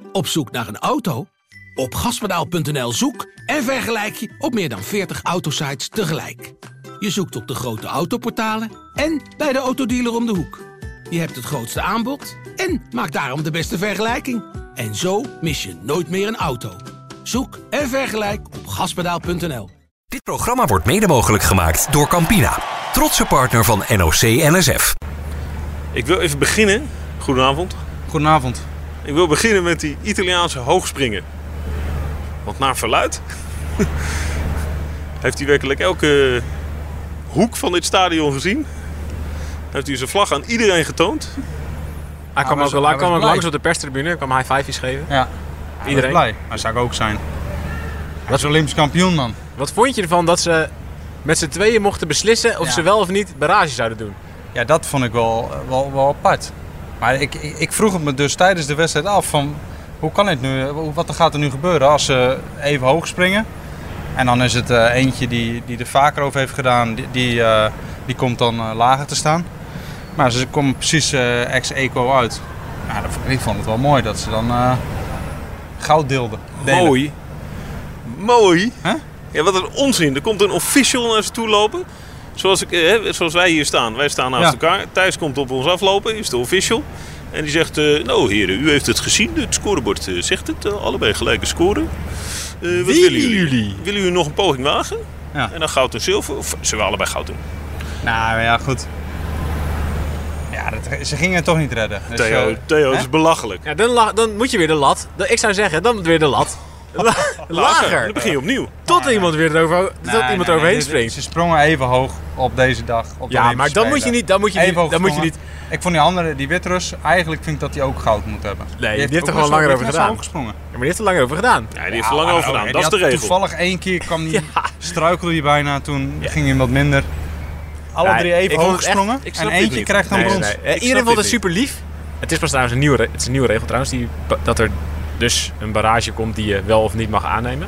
Op zoek naar een auto? Op gaspedaal.nl zoek en vergelijk je op meer dan 40 autosites tegelijk. Je zoekt op de grote autoportalen en bij de autodealer om de hoek. Je hebt het grootste aanbod en maakt daarom de beste vergelijking. En zo mis je nooit meer een auto. Zoek en vergelijk op gaspedaal.nl. Dit programma wordt mede mogelijk gemaakt door Campina, trotse partner van NOC-NSF. Ik wil even beginnen. Goedenavond. Goedenavond. Ik wil beginnen met die Italiaanse hoogspringen. Want naar verluidt heeft hij werkelijk elke hoek van dit stadion gezien. Heeft hij zijn vlag aan iedereen getoond. Hij kwam ook langs op de perstribune. Hij kwam high five's geven. Ja, iedereen blij. Maar zou ik ook zijn. Hij is Olympisch kampioen, man. Wat vond je ervan dat ze met z'n tweeën mochten beslissen of ze wel of niet barrage zouden doen? Ja, dat vond ik wel apart. Maar ik vroeg het me dus tijdens de wedstrijd af van hoe kan het nu, wat gaat er nu gebeuren als ze even hoog springen? En dan is het eentje die er vaker over heeft gedaan, die komt dan lager te staan. Maar ze komen precies ex-equo uit. Ja, ik vond het wel mooi dat ze dan goud delen. Mooi? Huh? Ja, wat een onzin. Er komt een official naar ze toe lopen. Zoals wij hier staan. Wij staan naast elkaar. Thijs komt op ons aflopen, is de official. En die zegt, nou heren, u heeft het gezien. Het scorebord zegt het. Allebei gelijke scoren. Wat willen jullie? Willen jullie nog een poging wagen? Ja. En dan goud en zilver? Of zullen we allebei goud doen? Nou ja, goed. Ja, ze gingen het toch niet redden. Dus, Theo, dat is belachelijk. Ja, dan moet je weer de lat. Ik zou zeggen, dan weer de lat. Lager. Dan begin je opnieuw. Tot iemand weer eroverheen springt. Ze sprongen even hoog op deze dag. Op de maar dan moet je niet. Dan moet je niet. Ik vond die andere, die Witrus, eigenlijk vind ik dat hij ook goud moet hebben. Nee, die heeft er gewoon langer over gedaan. Gesprongen. Ja, maar die heeft er langer over gedaan. Ja, die heeft er langer over gedaan. Dat is de regel. Toevallig 1 keer kwam die, struikelde hij bijna, toen ging hij wat minder. Alle drie even hoog gesprongen en eentje krijgt dan brons. Iedereen vond het super lief. Het is pas trouwens een nieuwe regel trouwens, dat er dus een barrage komt die je wel of niet mag aannemen.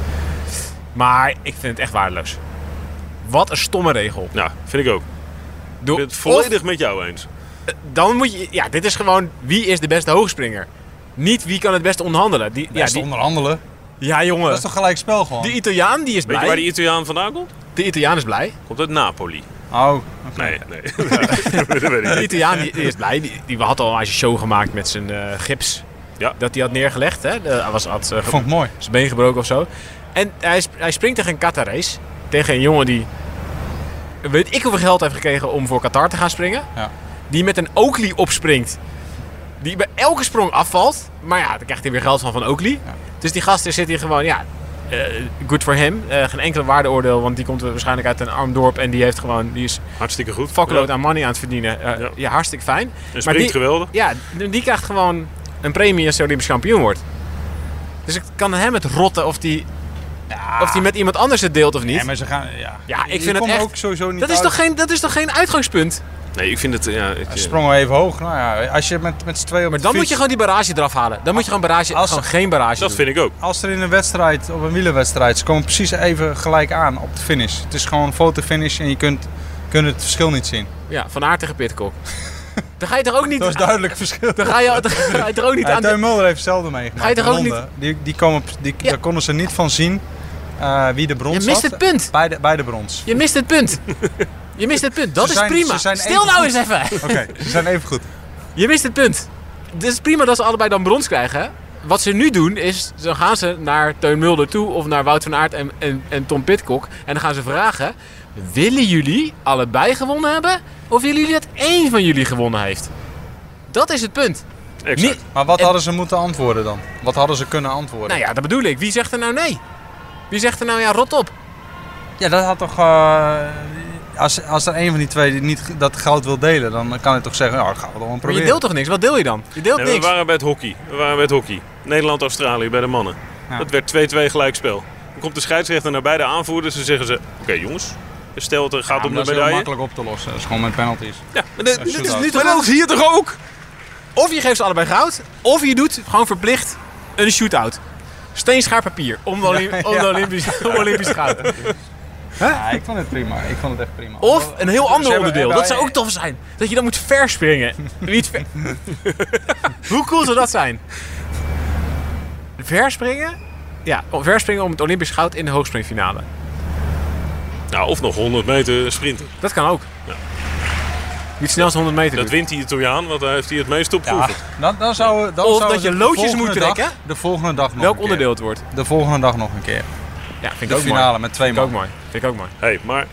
Maar ik vind het echt waardeloos. Wat een stomme regel. Ja, vind ik ook. Ik ben het volledig met jou eens. Dan moet je... Ja, dit is gewoon... Wie is de beste hoogspringer? Niet wie kan het beste onderhandelen. Onderhandelen? Ja, jongen. Dat is toch gelijk spel gewoon? De Italiaan, die is blij. Weet je waar die Italiaan vandaan komt? De Italiaan is blij. Komt uit Napoli. Oh, okay. Nee. De Italiaan die is blij. Die had al een show gemaakt met zijn gips. Ja. Dat hij had neergelegd. Hè? Vond ik mooi. Zijn been gebroken of zo. En hij springt tegen een Qatarees. Tegen een jongen die... Weet ik hoeveel geld heeft gekregen om voor Qatar te gaan springen. Ja. Die met een Oakley opspringt. Die bij elke sprong afvalt. Maar ja, dan krijgt hij weer geld van Oakley. Ja. Dus die gast zit hier gewoon... Ja, good for him. Geen enkele waardeoordeel. Want die komt waarschijnlijk uit een arm dorp. En die is hartstikke goed. Fuckload aan money aan het verdienen. Ja, hartstikke fijn. En springt geweldig. Ja, die krijgt gewoon een premie als hij Olympisch kampioen wordt. Dus ik kan hem het rotten of die met iemand anders het deelt of niet. Nee, maar ze gaan... Ja, ik vind het echt... Ook sowieso niet dat is toch geen uitgangspunt? Nee, ik vind het... sprongen we even hoog. Nou ja, als je met z'n tweeën op Maar dan moet je gewoon die barrage eraf halen. Dan moet je gewoon geen barrage Dat doen. vind ik ook. Als er in een wedstrijd, op een wielerwedstrijd, ze komen precies even gelijk aan op de finish. Het is gewoon een fotofinish en je kunt het verschil niet zien. Ja, Van Aert tegen Pidcock. Dan ga je toch ook niet... Dat is duidelijk verschil. Dan ga je er ook niet aan... Teun Mulder heeft hetzelfde meegemaakt. Ga je toch ook niet... Daar konden ze niet van zien wie de brons had. Je mist het punt. Bij de brons. Je mist het punt. Je mist het punt. Dat is prima. Stil nou eens even. Oké, ze zijn even goed. Je mist het punt. Het is prima dat ze allebei dan brons krijgen. Hè? Wat ze nu doen is, dan gaan ze naar Teun Mulder toe of naar Wout van Aert en Tom Pidcock. En dan gaan ze vragen, willen jullie allebei gewonnen hebben? Of willen jullie dat één van jullie gewonnen heeft? Dat is het punt. Exact. Maar wat hadden ze moeten antwoorden dan? Wat hadden ze kunnen antwoorden? Nou ja, dat bedoel ik. Wie zegt er nou nee? Wie zegt er nou ja, rot op? Ja, dat had toch... Als er een van die twee niet dat goud wil delen, dan kan hij toch zeggen, nou, dat gaan we toch wel proberen. Maar je deelt toch niks? Wat deel je dan? Je deelt niks. We waren bij het hockey. Nederland-Australië bij de mannen. Ja. Dat werd 2-2 gelijkspel. Dan komt de scheidsrechter naar beide aanvoerders en zeggen ze... Oké, jongens, stel het gaat om de medaille. Dat is heel makkelijk op te lossen. Dat is gewoon met penalties. Ja, maar dit is nu toch hier toch ook? Of je geeft ze allebei goud, of je doet gewoon verplicht een shootout. Steenschaar papier om de Olympisch goud. Huh? Ja, ik vond het prima. Ik vond het echt prima. Of een heel ander onderdeel. Dat zou ook tof zijn. Dat je dan moet verspringen. Niet ver... Hoe cool zou dat zijn? verspringen? Ja, verspringen om het Olympisch goud in de hoogspringfinale. Nou, of nog 100 meter sprinten. Dat kan ook. Ja. Wie het snelst 100 meter Dat doet. wint die Italiaan, want daar heeft hij het meest op geoefend. Dan zou Of zou dat je de loodjes volgende moet dag- trekken. De volgende dag nog Welk een keer. onderdeel het wordt. De volgende dag nog een keer. Ja, vind ik De ook finale mooi. met 2 Vind ik man. ook mooi. Vind ik ook mooi. Hey, maar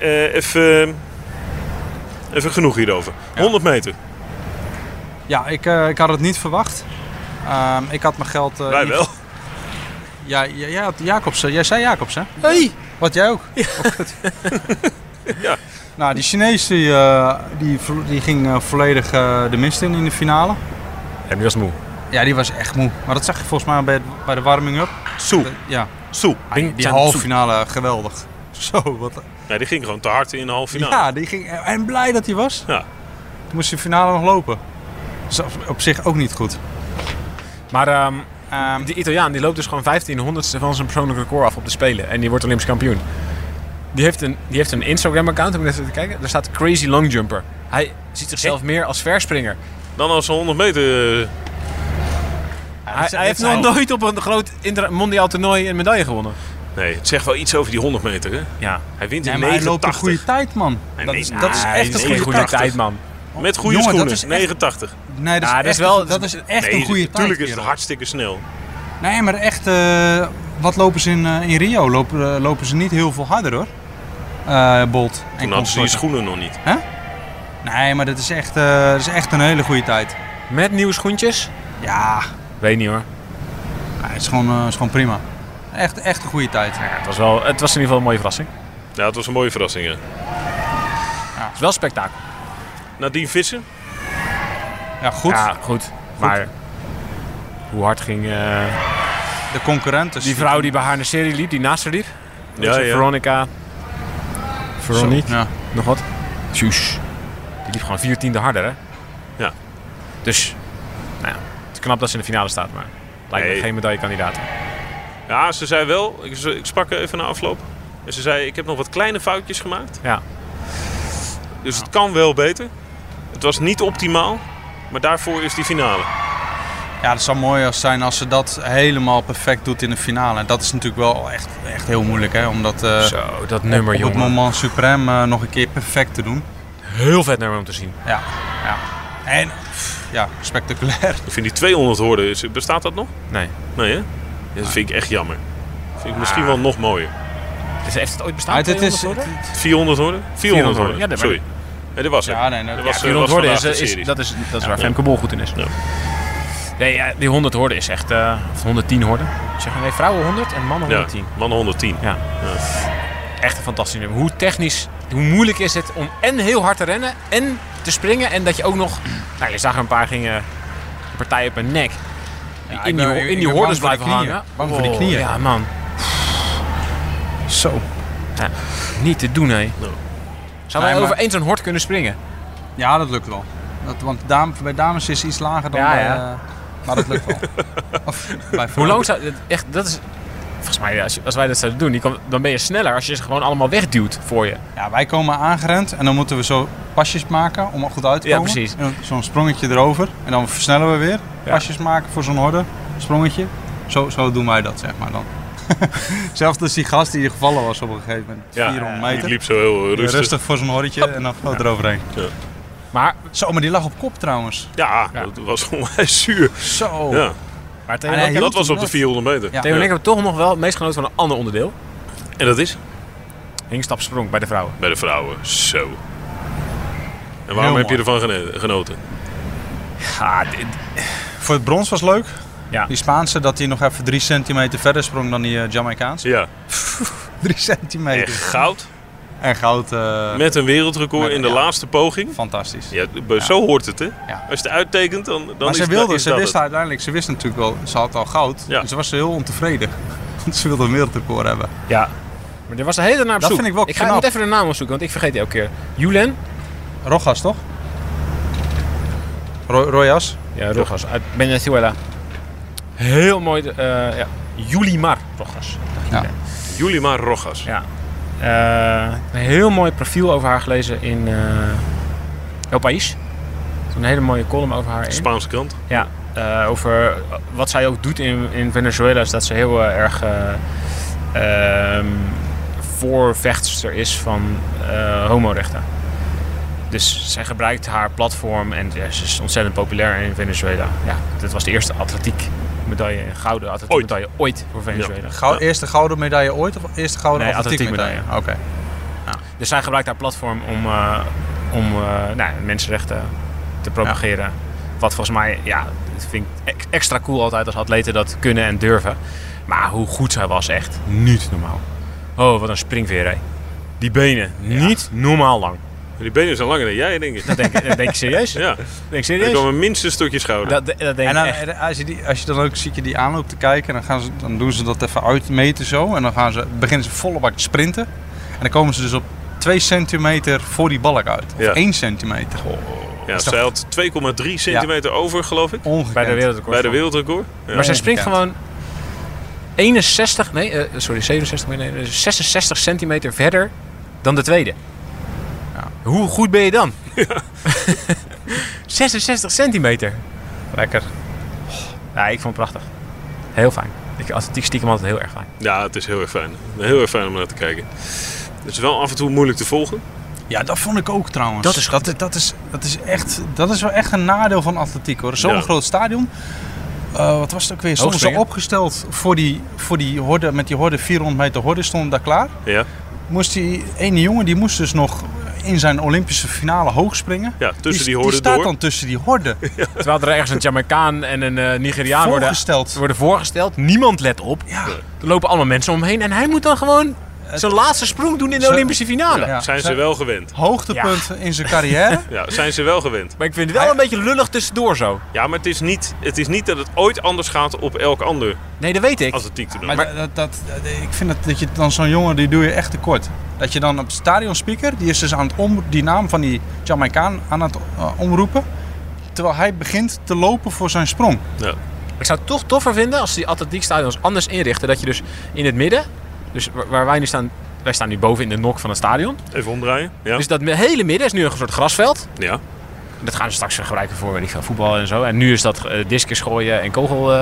even genoeg hierover. 100 meter. Ja, ik had het niet verwacht. Ik had mijn geld... Wij wel. Ja, jij had Jacobsen. Jij zei Jacobsen. Hey! Wat, jij ook? Ja. Ja. Nou, die Chinees die ging volledig de mist in de finale. En die was moe. Ja, die was echt moe. Maar dat zag je volgens mij bij de warming-up. Soe. Ja, Soe. die halve finale geweldig. Zo, wat... Ja, die ging gewoon te hard in de halve finale. Ja, die ging... En blij dat hij was. Ja. Toen moest hij de finale nog lopen. Dat is op zich ook niet goed. Maar die Italiaan die loopt dus gewoon 1500ste van zijn persoonlijk record af op de Spelen. En die wordt Olympisch kampioen. Die heeft een Instagram-account, om even te kijken. Daar staat Crazy Long Jumper. Hij ziet zichzelf meer als verspringer. Dan als 100 meter... Hij heeft nog nooit op een groot mondiaal toernooi een medaille gewonnen. Nee, het zegt wel iets over die 100 meter, hè? Ja. Hij wint Nee, in maar hij loopt een 89. goede tijd, man. Nee, Dat nee, is nee, echt een goede tijd, man. Met goede Jongen, schoenen. dat is echt- 89. Nee, dat is, Ja, dat is echt, wel- dat is echt Nee, een goede tijd. natuurlijk is het kerel. hartstikke snel. Nee, maar echt, wat lopen ze in Rio? Lopen ze niet heel veel harder, hoor. Bolt en Toen hadden ze die consorten. schoenen nog niet. Nee, maar dat is echt een hele goede tijd. Met nieuwe schoentjes? Ja, Weet niet hoor. het is gewoon prima. Echt een goede tijd. Ja, het was in ieder geval een mooie verrassing. Ja, het was een mooie verrassing, hè. Het is wel spektakel. Nadine Visser. Ja, goed. Ja, goed. Maar hoe hard ging De concurrenten. die vrouw die bij haar in de serie liep, die naast haar liep? Ja, ja. Veronica. Veronique. Ja. Nog wat? Tjus. Die liep gewoon 14e harder, hè? Ja. Dus, nou ja, het is knap dat ze in de finale staat, maar lijkt me Nee. geen medaillekandidaat. Ja, ze zei wel, ik sprak haar even na afloop. En ze zei, ik heb nog wat kleine foutjes gemaakt. Ja. Dus het kan wel beter. Het was niet optimaal. Maar daarvoor is die finale. Ja, het zou mooi zijn als ze dat helemaal perfect doet in de finale. En dat is natuurlijk wel echt heel moeilijk, hè? Om dat Zo, dat nummer, op het jongen. moment suprême nog een keer perfect te doen. Heel vet nummer om te zien. Ja. En ja, spectaculair. Ik vind die 200 hoorden, bestaat dat nog? Nee. Nee, hè? Ja, dat vind ik echt jammer. Vind ik misschien wel nog mooier. Dus heeft het ooit bestaan? Maar het is, 200 worden? 400 hoorden? 400 hoorden. Ja, dat Sorry. Nee, dat was het. ja, nee, Dat dat was, 400 was woorden vandaag de is serie. dat is waar Ja. Femke Bol goed in is. Ja. Nee, ja, die 100 hoorden is echt... of 110 hoorden. Zeg maar, nee, vrouwen 100 en mannen Ja, 110. mannen 110. Ja. Echt een fantastisch nummer. Hoe technisch, hoe moeilijk is het om en heel hard te rennen en te springen. En dat je ook nog... Nou, je zag er een paar gingen... Een partij op mijn nek. Ja, in ik die ben hordes bang voor de blijven knieën. hangen. Bang voor die Oh, knieën. Ja, man. Zo. Ja, niet te doen, hè. Nou. Zou wij Nee, maar- over één zo'n hort kunnen springen? Ja, dat lukt wel. Want bij dames is het iets lager dan Ja, bij... ja. maar dat lukt wel. Of bij Hoe vrouwen. lang zou... Echt, dat is... Volgens mij, als wij dat zouden doen, dan ben je sneller als je ze gewoon allemaal wegduwt voor je. Ja, wij komen aangerend en dan moeten we zo pasjes maken om er goed uit te Ja, komen. precies. En dan zo'n sprongetje erover. En dan versnellen we weer. Ja. Pasjes maken voor zo'n horde. Sprongetje. Zo doen wij dat, zeg maar dan. Zelfs dus die gast die gevallen was op een gegeven moment. Ja, 400 die meter. liep zo heel rustig. Rustig voor zo'n hordetje en dan valt eroverheen. Maar, Zo, maar die lag op kop trouwens. Ja, Ja. dat was gewoon zuur. Zo. Ja, maar Theo Ah, en ik nee, dat was op de dat. 400 meter. Ja. Theo en ik hebben toch nog wel het meest genoten van een ander onderdeel. En dat is? Hingstapsprong bij de vrouwen. Bij de vrouwen. Zo. En waarom Heel heb je mooi. ervan genoten? Ja, Voor het brons was leuk. ja. Die Spaanse, dat hij nog even 3 centimeter verder sprong dan die Jamaicaanse. Ja, 3 centimeter. echt goud. En goud. Met een wereldrecord met- in de ja. laatste poging. Fantastisch. Ja, zo hoort het, hè? Ja. Als je het uittekent, dan Maar is ze het- wilde, is ze dat wist het. uiteindelijk, ze wist natuurlijk wel, ze had al goud. Ja. Dus ze was heel ontevreden. Want ze wilde een wereldrecord hebben. Ja. Maar er was een hele naam op Dat zoek. vind ik wel Ik knap. moet even de naam opzoeken, want ik vergeet die elke keer. Julen? Rojas, toch? Rojas? Ja, Rojas. Uit Venezuela. Heel mooi. Ja. Yulimar Rojas. Ja. Yulimar Rojas. Ja. Een heel mooi profiel over haar gelezen in El País. Zo'n hele mooie column over haar in. Spaanse krant. Ja. over wat zij ook doet in Venezuela, is dat ze heel erg voorvechtster is van homorechten. Dus zij gebruikt haar platform en ze is ontzettend populair in Venezuela. Ja, dit was de eerste gouden atletiek medaille ooit voor Venezuela. Ja. Eerste gouden medaille ooit of eerste gouden atletiek medaille? Oké. Ja. Dus zij gebruikt haar platform om mensenrechten te propageren. Ja. Wat volgens mij, dat vind ik extra cool altijd als atleten dat kunnen en durven. Maar hoe goed zij was, echt niet normaal. Oh, wat een springveer, hè. Die benen, niet normaal lang. Die benen zijn langer dan jij, denk ik. Dat denk ik serieus. Ja. Denk ik serieus. Er komen minstens een stukje schouder. Dat denk ik echt. Als je dan ook ziet je die aanloopt te kijken, dan doen ze dat even uitmeten zo. En dan beginnen ze volle bak te sprinten. En dan komen ze dus op 2 centimeter voor die balk uit. Of 1 centimeter. Ja, zij had 2,3 centimeter over, geloof ik. Ongekend. Bij de wereldrecord. Ja. Maar zij springt gewoon 66 centimeter verder dan de tweede. Ja. Hoe goed ben je dan? Ja. 66 centimeter. Lekker. Ja, ik vond het prachtig. Heel fijn. Atletiek stiekem altijd heel erg fijn. Ja, het is heel erg fijn. Heel erg fijn om naar te kijken. Het is wel af en toe moeilijk te volgen. Ja, dat vond ik ook trouwens. Dat is wel echt een nadeel van atletiek, hoor. Zo'n groot stadion. Wat was het ook weer? Soms zo opgesteld voor die horde, met die horde 400 meter horde stond daar klaar. Ja. Moest die ene jongen, die moest dus nog in zijn Olympische finale hoog springen. Ja, tussen die horde die staat dan tussen die horde. Ja. Terwijl er ergens een Jamaicaan en een Nigeriaan worden voorgesteld. Niemand let op. Ja. Er lopen allemaal mensen omheen en hij moet dan gewoon zijn laatste sprong doen in de Olympische finale. Ja. Zijn ze wel gewend. Hoogtepunt in zijn carrière. Ja, zijn ze wel gewend. Maar ik vind het wel een beetje lullig tussendoor zo. Ja, maar het is niet dat het ooit anders gaat op elk ander. Nee, dat weet ik. Atletiek te doen. Maar ik vind dat je dan zo'n jongen, die doe je echt tekort. Dat je dan op het stadionspeaker, die is dus aan het die naam van die Jamaicaan aan het omroepen. Terwijl hij begint te lopen voor zijn sprong. Ja. Ik zou het toch toffer vinden als die atletiekstadions anders inrichten. Dat je dus in het midden, dus waar wij nu staan, wij staan nu boven in de nok van het stadion. Even omdraaien. Ja. Dus dat hele midden is nu een soort grasveld. Ja. Dat gaan ze straks gebruiken voor voetbal en zo. En nu is dat discus gooien en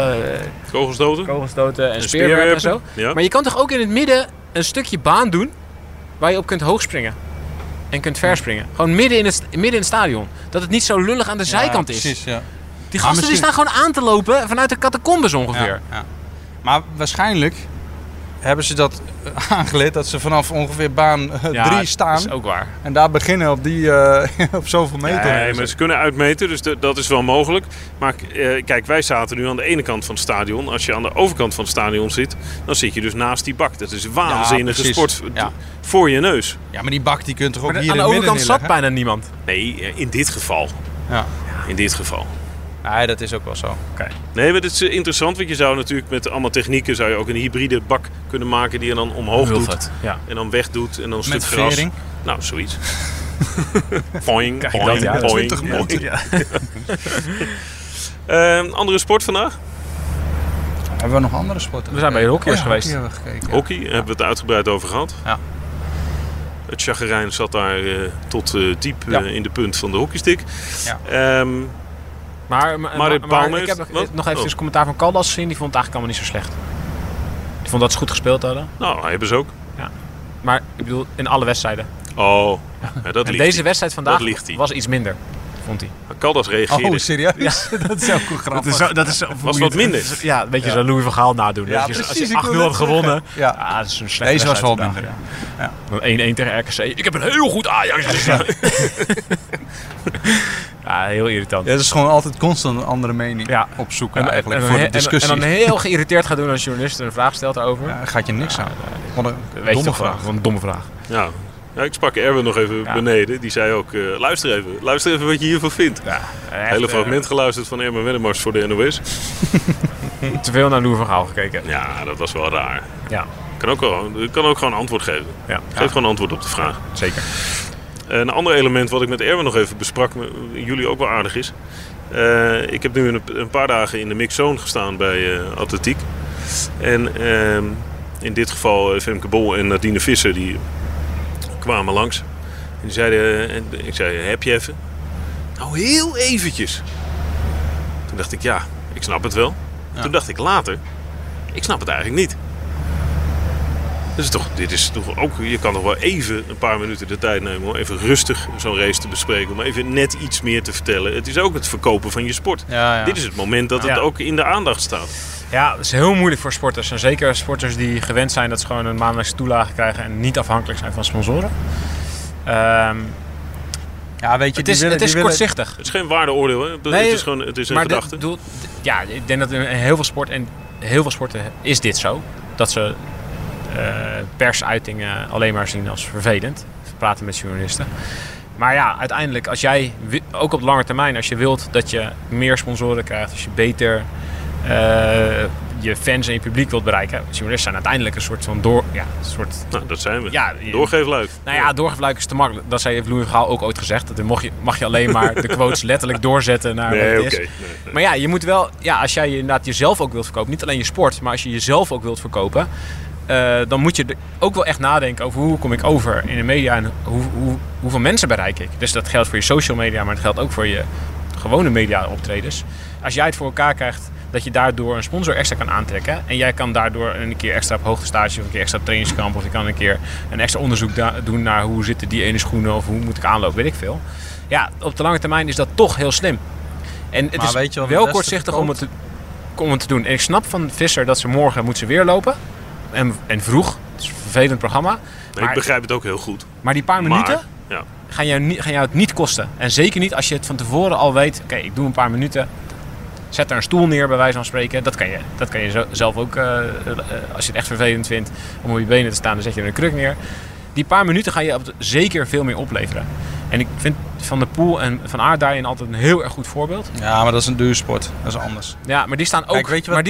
kogelstoten en speerwerpen en zo. Ja. Maar je kan toch ook in het midden een stukje baan doen waar je op kunt hoogspringen en kunt verspringen. Gewoon midden in het stadion. Dat het niet zo lullig aan de zijkant is. Precies, ja. Die gasten die staan gewoon aan te lopen vanuit de catacombes ongeveer. Ja. Maar waarschijnlijk hebben ze dat aangeleerd dat ze vanaf ongeveer baan 3 staan. Dat is ook waar. En daar beginnen op zoveel meter. Nee, maar ze kunnen uitmeten, dus dat is wel mogelijk. Maar kijk, wij zaten nu aan de ene kant van het stadion. Als je aan de overkant van het stadion zit, dan zit je dus naast die bak. Dat is een waanzinnige sport voor je neus. Ja, maar die bak die kunt toch ook hier in het midden neerleggen? Aan de overkant zat bijna niemand. Nee, in dit geval. Ja. In dit geval. Nee, dat is ook wel zo. Okay. Nee, maar het is interessant, want je zou natuurlijk met allemaal technieken zou je ook een hybride bak kunnen maken die je dan omhoog doet. Ja. En dan wegdoet en dan een stuk gras. Vering. Nou, zoiets. Poing, poing, poing. Andere sport vandaag? Hebben we nog andere sporten? We zijn bij hockeyers geweest. Hockey hebben we gekeken. Hockey, hebben we het uitgebreid over gehad. Ja. Het chagrijn zat daar tot diep in de punt van de hockeystick. Ja. Maar ik heb nog even commentaar van Caldas gezien. Die vond het eigenlijk allemaal niet zo slecht. Die vond dat ze goed gespeeld hadden. Nou, hebben ze ook. Ja. Maar ik bedoel, in alle wedstrijden. Oh, ja, dat en deze wedstrijd vandaag was iets minder, vond hij. Caldas reageerde. Oh, serieus? Ja. Dat is ook grappig. Dat was wat minder. Ja, een beetje zo'n Louis van Gaal nadoen. Ja, als je 8-0 had gewonnen. Ja. Dat is een slechte deze was wel minder. Ja. Dan 1-1 tegen RKC. Ik heb een heel goed Ajax gezien. Ja, heel irritant. Ja, het is gewoon altijd constant een andere mening opzoeken eigenlijk voor de discussie. En dan heel geïrriteerd gaat doen als journalist een vraag stelt daarover. Ja, gaat je niks aan. Wat een domme vraag. Wat een domme vraag. Ja. Ja, ik sprak Erwin nog even beneden. Die zei ook, luister even wat je hiervan vindt. Ja, hele fragment geluisterd van Erwin Wennemars voor de NOS. Te veel naar Louis van Gaal gekeken. Ja, dat was wel raar. Ja. Ik kan ook gewoon antwoord geven. Ja. Geef gewoon antwoord op de vraag. Zeker. Een ander element wat ik met Erwin nog even besprak, jullie ook wel aardig is. Ik heb nu een paar dagen in de mixzone gestaan bij atletiek. En in dit geval Femke Bol en Nadine Visser, die kwamen langs. En die zeiden, ik zei, heb je even? Nou, heel eventjes. Toen dacht ik, ik snap het wel. Ja. Toen dacht ik later, ik snap het eigenlijk niet. Dit is toch ook, je kan toch wel even een paar minuten de tijd nemen om even rustig zo'n race te bespreken. Om even net iets meer te vertellen. Het is ook het verkopen van je sport. Ja. Dit is het moment dat het ook in de aandacht staat. Ja, het is heel moeilijk voor sporters. En zeker sporters die gewend zijn dat ze gewoon een maandelijkse toelage krijgen en niet afhankelijk zijn van sponsoren. Ja, weet je, het is kortzichtig. Het is geen waardeoordeel, hè? Het is een gedachte. Ik denk dat in heel veel sporten is dit zo. Dat ze persuitingen alleen maar zien als vervelend. Praten met journalisten. Maar ja, uiteindelijk, als jij, ook op de lange termijn, als je wilt dat je meer sponsoren krijgt, als je beter je fans en je publiek wilt bereiken. Journalisten zijn uiteindelijk een soort van Nou, dat zijn we. Ja, doorgeefluik. Nou ja, doorgeefluik is te makkelijk. Dat heeft Louis van Gaal ook ooit gezegd. Dat mag je alleen maar de quotes letterlijk doorzetten naar wat het is. Nee. Maar ja, je moet wel, als jij inderdaad jezelf ook wilt verkopen, niet alleen je sport, maar als je jezelf ook wilt verkopen, dan moet je ook wel echt nadenken over hoe kom ik over in de media en hoeveel mensen bereik ik. Dus dat geldt voor je social media, maar het geldt ook voor je gewone media optredens. Als jij het voor elkaar krijgt dat je daardoor een sponsor extra kan aantrekken en jij kan daardoor een keer extra op hoogtestage of een keer extra trainingskamp of je kan een keer een extra onderzoek doen naar hoe zitten die ene schoenen of hoe moet ik aanlopen, weet ik veel. Ja, op de lange termijn is dat toch heel slim. En het is wel kortzichtig om het te doen. En ik snap van Visser dat ze morgen moet ze weer lopen. En vroeg. Het is een vervelend programma. Nee, ik begrijp het ook heel goed. Maar die paar minuten gaan jou het niet kosten. En zeker niet als je het van tevoren al weet. Oké, ik doe een paar minuten. Zet er een stoel neer bij wijze van spreken. Dat kan je zelf ook. Als je het echt vervelend vindt om op je benen te staan, dan zet je er een kruk neer. Die paar minuten ga je zeker veel meer opleveren. En ik vind Van der Poel en Van Aert daarin altijd een heel erg goed voorbeeld. Ja, maar dat is een duursport. Dat is anders. Ja, maar die staan ook.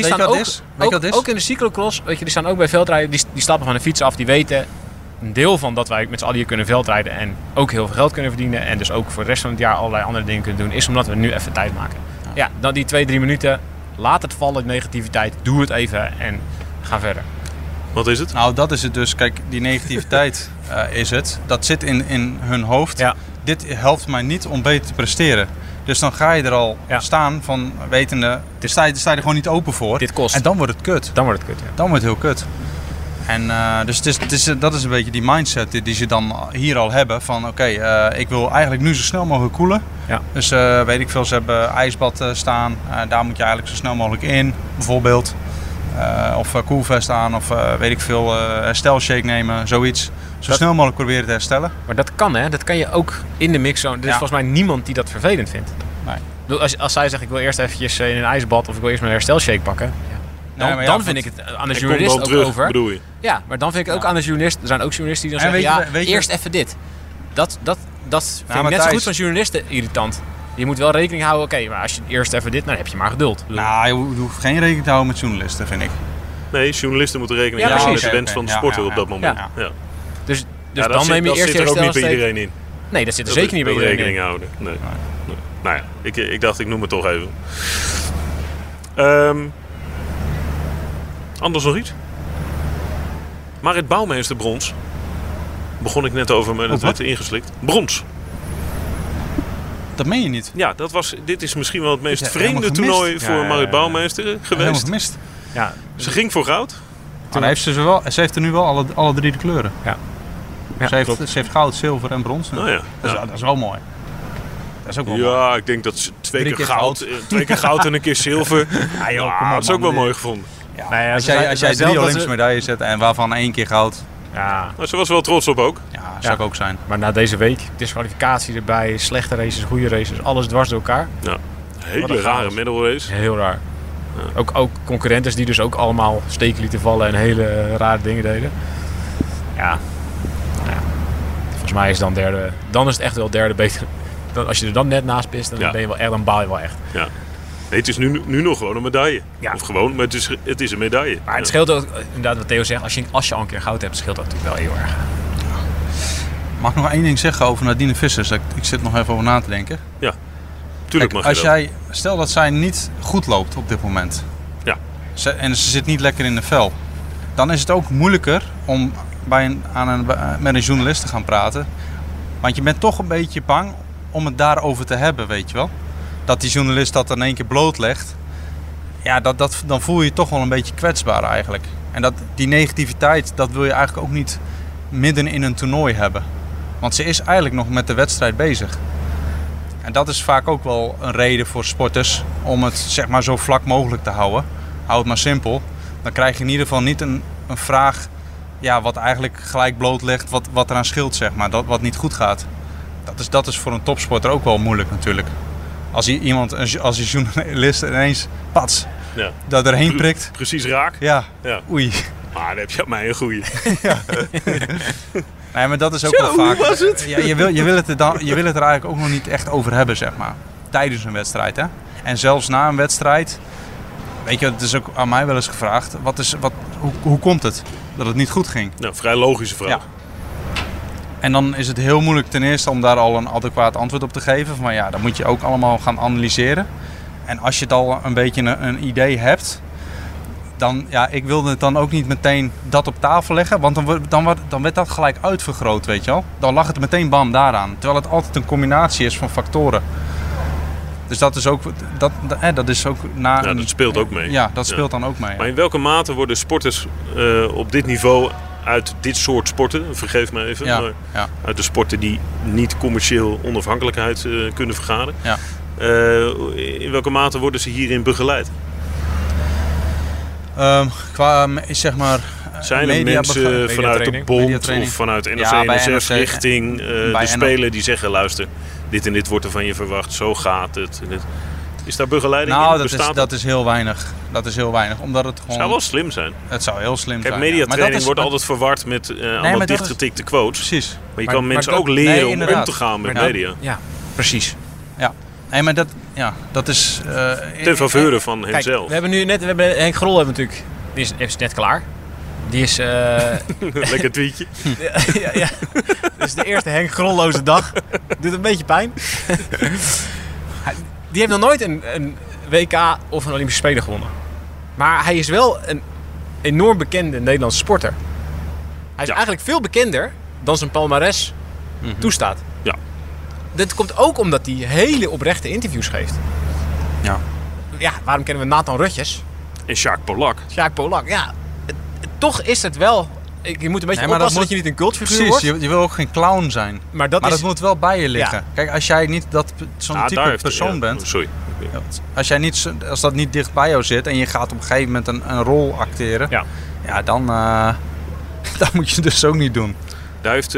Kijk, ook in de cyclocross, weet je, die staan ook bij veldrijden. Die stappen van de fiets af. Die weten een deel van dat wij met z'n allen hier kunnen veldrijden en ook heel veel geld kunnen verdienen. En dus ook voor de rest van het jaar allerlei andere dingen kunnen doen. Is omdat we nu even tijd maken. Ja, dan die 2-3 minuten. Laat het vallen, negativiteit. Doe het even en ga verder. Wat is het? Nou, dat is het dus. Kijk, die negativiteit is het. Dat zit in hun hoofd. Ja. Dit helpt mij niet om beter te presteren. Dus dan ga je er al staan van wetende, sta je er gewoon niet open voor. Dit kost. En dan wordt het kut. Dan wordt het heel kut. En dus dat is een beetje die mindset die ze dan hier al hebben. Van oké, ik wil eigenlijk nu zo snel mogelijk koelen. Ja. Dus weet ik veel, ze hebben ijsbad staan. Daar moet je eigenlijk zo snel mogelijk in, bijvoorbeeld. Of koelvest aan of weet ik veel, herstelshake nemen, zoiets. Zo snel mogelijk proberen te herstellen. Maar dat kan, hè? Dat kan je ook in de mixzone. Er is volgens mij niemand die dat vervelend vindt. Nee. Als zij zegt, ik wil eerst eventjes in een ijsbad of ik wil eerst mijn herstelshake pakken. Ja. Dan vind ik het aan de journalist ook terug, over. Bedoel je? Ja, maar dan vind ik het ook aan de journalist. Er zijn ook journalisten die dan zeggen, eerst even dit. Dat vind ik net zo goed van journalisten irritant. Je moet wel rekening houden, oké, maar als je eerst even dit, dan heb je maar geduld. Nou, je hoeft geen rekening te houden met journalisten, vind ik. Nee, journalisten moeten rekening houden met de wens van de sporter op dat moment. Ja. Dus dan neem je eerst zit er ook niet bij iedereen in. Nee, dat zit er zeker niet bij iedereen in. Rekening houden. Nee. Nou ja, ik dacht, ik noem het toch even. Anders nog iets? Marit Bouwmeester brons. Begon ik net over, maar dat werd ingeslikt. Brons. Dat meen je niet? Ja, dit is misschien wel het meest vreemde toernooi voor Marit Bouwmeester geweest. Helemaal gemist. Ja. Ze ging voor goud. Maar ze heeft er nu wel alle drie de kleuren. Ja. Ze heeft goud, zilver en brons. Oh ja. Dat is wel mooi. Dat is ook wel mooi. Ik denk dat ze twee keer goud en een keer zilver. Dat is ook wel mooi gevonden. Ja. Nee, als jij 3 Olympische medailles zet en waarvan 1 keer goud. Ja. Maar ze was wel trots op ook. Ja, zou ik ook zijn. Maar na deze week, disqualificatie erbij, slechte races, goede races, alles dwars door elkaar. Ja. Hele rare medal race. Heel raar. Ja. Ook concurrenten die dus ook allemaal steken lieten vallen en hele rare dingen deden. Ja. Volgens mij is dan derde. Dan is het echt wel derde beter. Als je er dan net naast pist, dan ben je wel echt, dan baal je wel echt. Ja. Nee, het is nu nog gewoon een medaille. Ja. Of gewoon, maar het is een medaille. Maar het scheelt ook, inderdaad wat Theo zegt, als je al een keer goud hebt, scheelt dat natuurlijk wel heel erg. Mag ik nog 1 ding zeggen over Nadine Vissers? Ik zit nog even over na te denken. Ja, tuurlijk mag je dat. Stel dat zij niet goed loopt op dit moment. Ja. En ze zit niet lekker in de vel. Dan is het ook moeilijker om met een journalist te gaan praten. Want je bent toch een beetje bang om het daarover te hebben, weet je wel. Dat die journalist dat in één keer blootlegt. ja, dan voel je je toch wel een beetje kwetsbaar eigenlijk. En die negativiteit, dat wil je eigenlijk ook niet midden in een toernooi hebben. Want ze is eigenlijk nog met de wedstrijd bezig. En dat is vaak ook wel een reden voor sporters om het zeg maar zo vlak mogelijk te houden. Hou het maar simpel. Dan krijg je in ieder geval niet een vraag wat eigenlijk gelijk blootlegt wat eraan scheelt, zeg maar. Wat niet goed gaat. Dat is voor een topsporter ook wel moeilijk natuurlijk. Als die journalist ineens dat erheen prikt. Precies raak. Ja. Oei. Maar dan heb je op mij een goeie. Nee, maar dat is ook wel vaak. Hoe was het? Ja, je wil het er eigenlijk ook nog niet echt over hebben, zeg maar. Tijdens een wedstrijd, hè. En zelfs na een wedstrijd. Weet je, het is ook aan mij wel eens gevraagd. Hoe komt het dat het niet goed ging? Nou, vrij logische vraag. Ja. En dan is het heel moeilijk ten eerste om daar al een adequaat antwoord op te geven. Van dat moet je ook allemaal gaan analyseren. En als je het al een beetje een idee hebt, dan, ik wilde het dan ook niet meteen dat op tafel leggen. Want dan werd dat gelijk uitvergroot, weet je wel. Dan lag het meteen bam daaraan. Terwijl het altijd een combinatie is van factoren. Dus dat is ook dat is ook na. Ja, dat speelt ook mee. Ja, dat speelt dan ook mee. Maar in welke mate worden sporters op dit niveau uit dit soort sporten, vergeef me even, maar uit de sporten die niet commercieel onafhankelijkheid kunnen vergaren. Ja. In welke mate worden ze hierin begeleid? Qua zeg maar. Zijn er mensen vanuit de bond of vanuit NOC-NSF richting de speler die zeggen: luister, dit en dit wordt er van je verwacht, zo gaat het. Is daar begeleiding in? Dat is heel weinig. Dat is heel weinig, omdat het gewoon. Het zou wel slim zijn. Het zou heel slim zijn. Mediatraining wordt altijd verward met allemaal dichtgetikte quotes. Precies. Maar je kan mensen ook leren om te gaan met media. Ja, precies. Ja. Nee, maar dat is. Ten faveur van hemzelf. We hebben Henk Grol natuurlijk. Die is net klaar. Die is... Lekker tweetje. ja. Dit is de eerste Henk Grolloze dag. Doet een beetje pijn. Die heeft nog nooit een WK of een Olympische Spelen gewonnen. Maar hij is wel een enorm bekende Nederlandse sporter. Hij is eigenlijk veel bekender dan zijn palmares toestaat. Ja. Dat komt ook omdat hij hele oprechte interviews geeft. Ja. Ja, waarom kennen we Nathan Rutjes? En Sjaak Polak. Ja. Toch is het wel... Je moet een beetje oppassen dat je niet een cultfiguur wordt. Precies, je wil ook geen clown zijn. Maar dat moet wel bij je liggen. Ja. Kijk, als jij niet zo'n type persoon bent... Sorry. Als dat niet dicht bij jou zit en je gaat op een gegeven moment een rol acteren... Ja, dan moet je dus ook niet doen. Daar heeft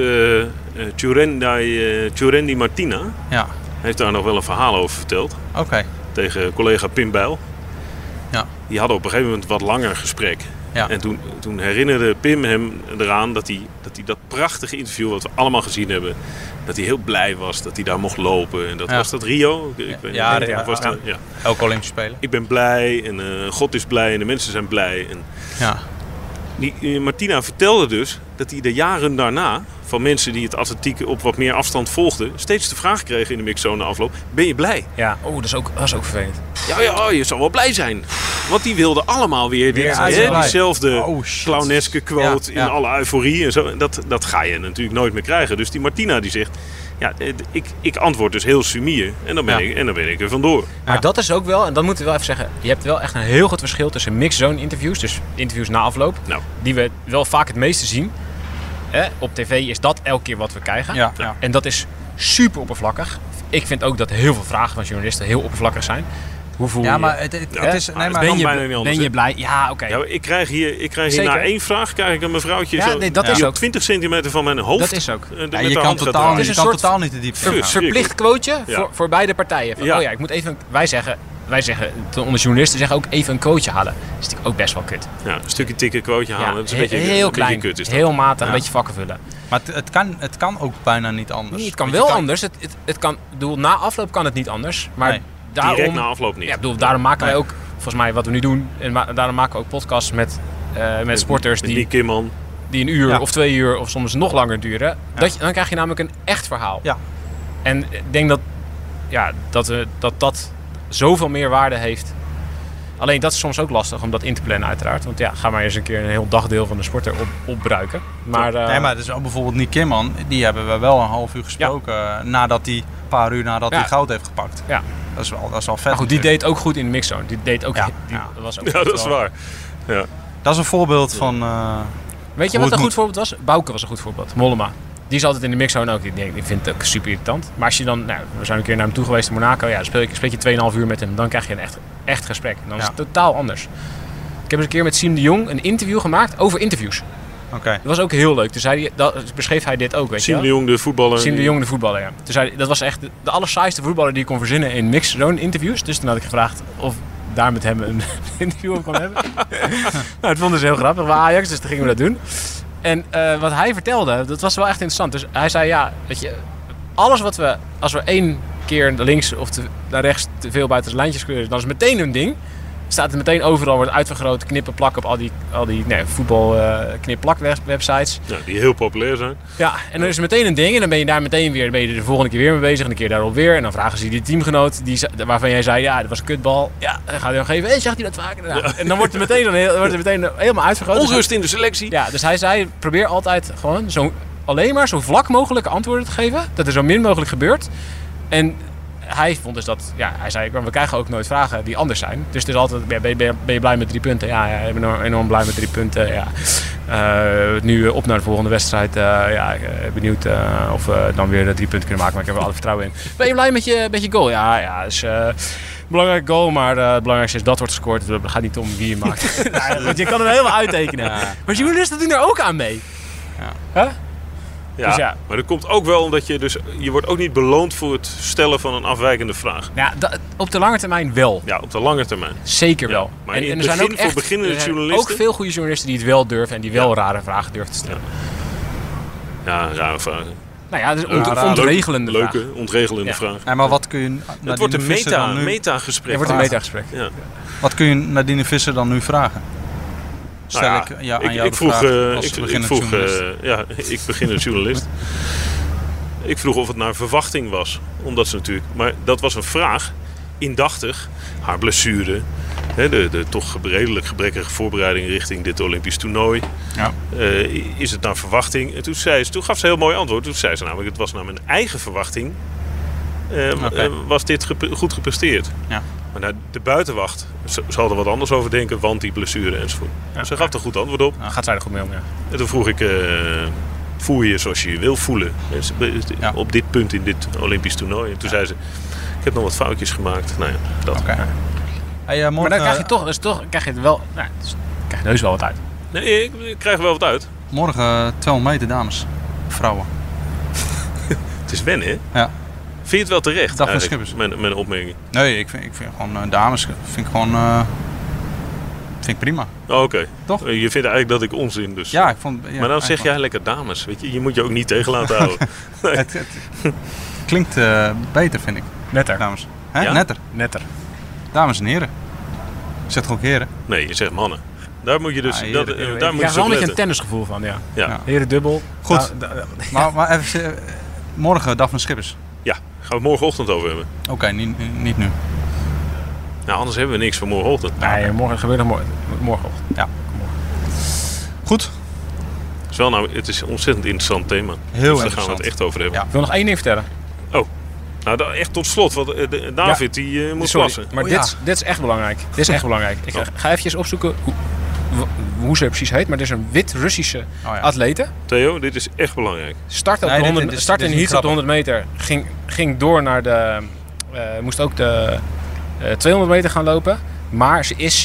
Tjurendi Martina... Ja. Heeft daar nog wel een verhaal over verteld. Oké. Tegen collega Pim Bijl. Ja. Die hadden op een gegeven moment wat langer gesprek. Ja. En toen herinnerde Pim hem eraan dat hij dat prachtige interview wat we allemaal gezien hebben, dat hij heel blij was dat hij daar mocht lopen. En dat was dat Rio? Elke Olympische Spelen. Ik ben blij en God is blij en de mensen zijn blij. En Martina vertelde dus dat hij de jaren daarna van mensen die het atletiek op wat meer afstand volgden, steeds de vraag kregen in de mixzone afloop: ben je blij? Ja, dat is ook vervelend. Ja, je zal wel blij zijn. Want die wilden allemaal weer diezelfde clowneske quote in alle euforie en zo. Dat ga je natuurlijk nooit meer krijgen. Dus die Martina die zegt: ja, ik antwoord dus heel sumier en dan ben ik er vandoor. Maar dat is ook wel, en dat moeten we wel even zeggen, je hebt wel echt een heel groot verschil tussen mixzone interviews, dus interviews na afloop, die we wel vaak het meeste zien. Op tv is dat elke keer wat we krijgen. Ja. En dat is super oppervlakkig. Ik vind ook dat heel veel vragen van journalisten heel oppervlakkig zijn. Hoe voel je je? Maar het is... Ben je blij? Ja, oké. Ja, ik krijg hier na één vraag een mevrouwtje dat is ook 20 centimeter van mijn hoofd. Dat is ook. Je kan totaal niet te diep gaan. Verplicht quoteje voor beide partijen. Van, ik moet even... Wij zeggen, onder journalisten zeggen ook even een quoteje halen. Dat is natuurlijk ook best wel kut. Ja, een stukje tikken quoteje halen. Dat is een beetje heel klein, beetje kut is dat. heel matig, een beetje vakken vullen. Maar het kan ook bijna niet anders. Nee, het kan wel anders. Het kan, na afloop kan het niet anders. Maar daarom, direct na afloop niet. Ja, daarom maken wij ook, volgens mij wat we nu doen, en daarom maken we ook podcasts met sporters die een uur of 2 uur of soms nog langer duren. Ja. Dan krijg je namelijk een echt verhaal. Ja. En ik denk dat zoveel meer waarde heeft. Alleen dat is soms ook lastig om dat in te plannen uiteraard. Want ga maar eens een keer een heel dagdeel van de sporter opbruiken. Maar het is ook bijvoorbeeld Nick Kimman. Die hebben we wel een half uur gesproken. Een paar uur nadat hij goud heeft gepakt. Ja. Dat is wel vet. Maar goed, die deed ook goed in de mixzone. Die deed ook... Ja. Dat was ook Ja, dat is waar. Ja. Dat is een voorbeeld van... Weet je wat een goed voorbeeld was? Bouke was een goed voorbeeld. Mollema. Die is altijd in de mixzone ook. Die vindt het ook super irritant. Maar als je dan... we zijn een keer naar hem toe geweest in Monaco. Ja, dan spreek je 2,5 uur met hem. Dan krijg je een echt gesprek. Dan is het totaal anders. Ik heb eens een keer met Siem de Jong een interview gemaakt over interviews. Okay. Dat was ook heel leuk. Toen beschreef hij dit ook, weet je Siem de Jong, de voetballer. Siem de Jong, de voetballer, ja. Toen zei hij, dat was echt de allersaaiste voetballer die ik kon verzinnen in mixzone interviews. Dus toen had ik gevraagd of daar met hem een interview op kon hebben. Het vonden ze heel grappig bij Ajax, dus toen gingen we dat doen. En wat hij vertelde, dat was wel echt interessant. Dus hij zei, ja, weet je, alles wat we, als we 1 keer naar links of naar rechts te veel buiten de lijntjes kleuren, dan is het meteen een ding. Staat het meteen overal, wordt uitvergroot, knippen, plakken op al die voetbal knip-plak websites. Ja, die heel populair zijn. Ja, en dan is het meteen een ding en dan ben je daar meteen weer, ben je er de volgende keer weer mee bezig en een keer daarop weer. En dan vragen ze die teamgenoot waarvan jij zei, ja, dat was een kutbal. Ja, dan gaat hij dan geven, zegt hij dat vaker? Nou, ja. En dan wordt het meteen helemaal uitvergroot. Onrust in de selectie. Ja, dus hij zei, probeer altijd gewoon alleen maar zo vlak mogelijke antwoorden te geven. Dat er zo min mogelijk gebeurt. En hij vond dus dat, ja, hij zei, we krijgen ook nooit vragen die anders zijn. Dus het is altijd, ben je blij met 3 punten? Ja, ik ben enorm blij met 3 punten. Ja. Nu op naar de volgende wedstrijd. Benieuwd of we dan weer 3 punten kunnen maken. Maar ik heb er alle vertrouwen in. Ben je blij met je goal? Ja, dus belangrijke goal, maar het belangrijkste is dat wordt gescoord. Het gaat niet om wie je maakt. Want je kan hem helemaal uittekenen. Ja. Maar journalisten doen er ook aan mee. Ja. Huh? Ja, dus ja, maar dat komt ook wel omdat je wordt ook niet beloond voor het stellen van een afwijkende vraag. Ja, op de lange termijn wel. Ja, op de lange termijn. Zeker wel. Maar er zijn ook voor beginnende journalisten ook veel goede journalisten die het wel durven en die wel rare vragen durven te stellen. Ja, rare vragen. Nou ja, dus ontregelende vragen. Leuke, ontregelende vragen. Ja, maar wat kun je... Het wordt een meta-gesprek. Het wordt een meta-gesprek. Ja. Wat kun je Nadine Visser dan nu vragen? Stel ik aan jou de vraag ik begin als journalist. Ik vroeg of het naar verwachting was. Omdat ze natuurlijk... Maar dat was een vraag, indachtig. Haar blessure. De toch redelijk gebrekkige voorbereiding richting dit Olympisch toernooi. Ja. Is het naar verwachting? En toen gaf ze een heel mooi antwoord. Toen zei ze namelijk, het was naar mijn eigen verwachting. Was dit goed gepresteerd. Ja. Maar naar de buitenwacht zal er wat anders over denken, want die blessure enzovoort. Ja, ze gaf er goed antwoord op. Gaat zij er goed mee om, ja. En toen vroeg ik, voel je zoals je je wil voelen? Op dit punt in dit Olympisch toernooi. En toen zei ze, ik heb nog wat foutjes gemaakt. Nou ja, dat. Okay. Hey, maar dan krijg je toch krijg je het wel, krijg je heus wel wat uit. Nee, ik krijg er wel wat uit. Morgen 200 meter, dames. Vrouwen. Het is wennen, hè? Ja. Vind je het wel terecht? Daphne Schippers. Mijn opmerking. Nee, ik vind gewoon dames vind ik prima. Oh, oké. Toch? Je vindt eigenlijk dat ik onzin dus. Ja, ik vond. Ja, maar dan zeg jij lekker dames, weet je? Je moet je ook niet tegen laten houden. Nee. het klinkt beter, vind ik. Netter. Dames. Ja? Netter. Dames en heren. Je zegt ook heren? Nee, je zegt mannen. Daar moet je dus. Daar moet je wel een beetje een tennisgevoel van, ja. Heren dubbel. Goed. Maar even. Morgen Daphne Schippers. Ja, gaan we het morgenochtend over hebben. Oké, niet nu. Nou, anders hebben we niks voor morgenochtend. Nee, morgen gebeurt het morgenochtend. Ja. Goed. Het is een ontzettend interessant thema. Heel dus daar interessant. gaan we het echt over hebben. Ja. Ik wil nog 1 ding vertellen. Oh. Nou, echt tot slot. Want David die moet plassen. Maar dit is echt belangrijk. Ik ga eventjes opzoeken hoe ze precies heet. Maar dit is een wit-Russische atlete. Theo, dit is echt belangrijk. Start in de heats op de 100 meter. Ging door naar de... moest ook de 200 meter gaan lopen. Maar ze is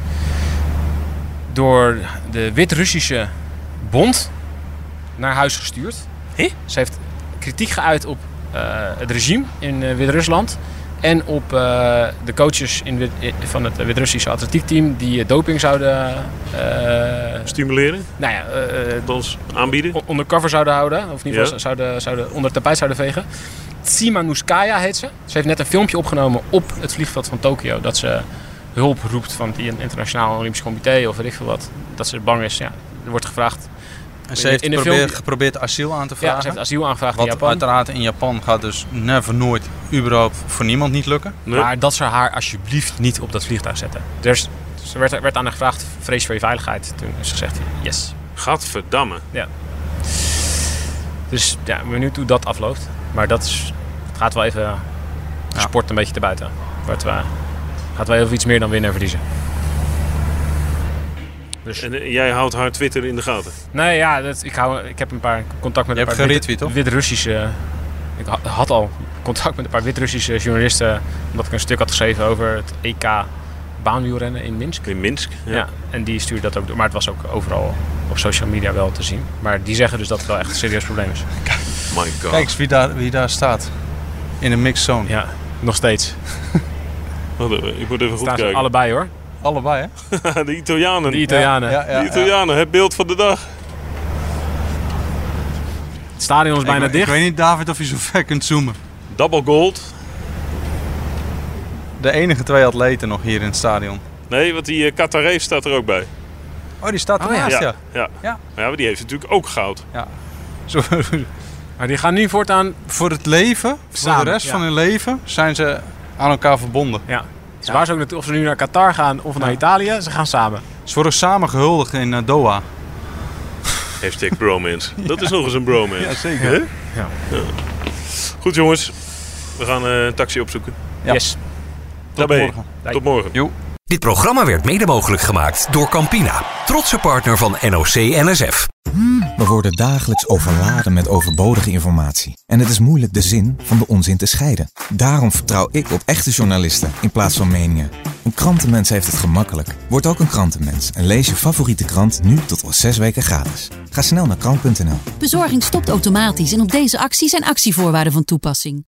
door de Wit-Russische Bond naar huis gestuurd. Ze heeft kritiek geuit op het regime in Wit-Rusland. En op de coaches van het Wit-Russische atletiekteam die doping zouden... stimuleren? Nou ja... ons aanbieden? Ondercover zouden houden. Of in ieder geval zouden onder het tapijt zouden vegen. Tsimanouskaya heet ze. Ze heeft net een filmpje opgenomen op het vliegveld van Tokio. Dat ze hulp roept van het Internationaal Olympisch Comité of weet ik veel wat. Dat ze bang is. Ja, er wordt gevraagd... En ze heeft geprobeerd asiel aan te vragen. Ja, ze heeft asiel aangevraagd in Japan. Wat uiteraard in Japan gaat dus nooit überhaupt voor niemand niet lukken. Nee. Maar dat ze haar alsjeblieft niet op dat vliegtuig zetten. Dus ze werd aan haar gevraagd, vrees voor je veiligheid. Toen is ze gezegd, yes. Gadverdamme. Ja. Dus ja, benieuwd hoe dat afloopt. Maar het gaat wel even sport een beetje te buiten. Gaat wel heel iets meer dan winnen en verliezen. Dus. En jij houdt haar Twitter in de gaten? Nee, ja, ik heb een paar contact met een paar Wit-Russische... Ik had al contact met een paar Wit-Russische journalisten, omdat ik een stuk had geschreven over het EK baanwielrennen in Minsk. In Minsk, ja. En die stuurde dat ook door. Maar het was ook overal op social media wel te zien. Maar die zeggen dus dat het wel echt een serieus probleem is. My God. Kijk eens wie daar staat. In een mixed zone. Ja, nog steeds. Ik moet even goed kijken. Ze allebei hoor. Allebei hè? De Italianen. De Italianen. De Italianen, het beeld van de dag. Het stadion is bijna dicht. Ik weet niet, David, of je zo ver kunt zoomen. Double gold. De enige 2 atleten nog hier in het stadion. Nee, want die Qatarees staat er ook bij. Oh, die staat ernaast, ja. Maar die heeft natuurlijk ook goud. Ja. Maar die gaan nu voortaan... Voor het leven, samen, voor de rest van hun leven, zijn ze aan elkaar verbonden. Ja. Dus waar ze ook naartoe, of ze nu naar Qatar gaan of naar Italië, ze gaan samen. Ze worden samen gehuldigd in Doha. Hashtag bromance. Dat is nog eens een bromance. Ja, zeker. Ja. Goed jongens, we gaan een taxi opzoeken. Ja. Yes. Tot morgen. Tot morgen. Jo. Dit programma werd mede mogelijk gemaakt door Campina, trotse partner van NOC-NSF. We worden dagelijks overladen met overbodige informatie. En het is moeilijk de zin van de onzin te scheiden. Daarom vertrouw ik op echte journalisten in plaats van meningen. Een krantenmens heeft het gemakkelijk. Word ook een krantenmens en lees je favoriete krant nu tot al 6 weken gratis. Ga snel naar krant.nl. Bezorging stopt automatisch en op deze actie zijn actievoorwaarden van toepassing.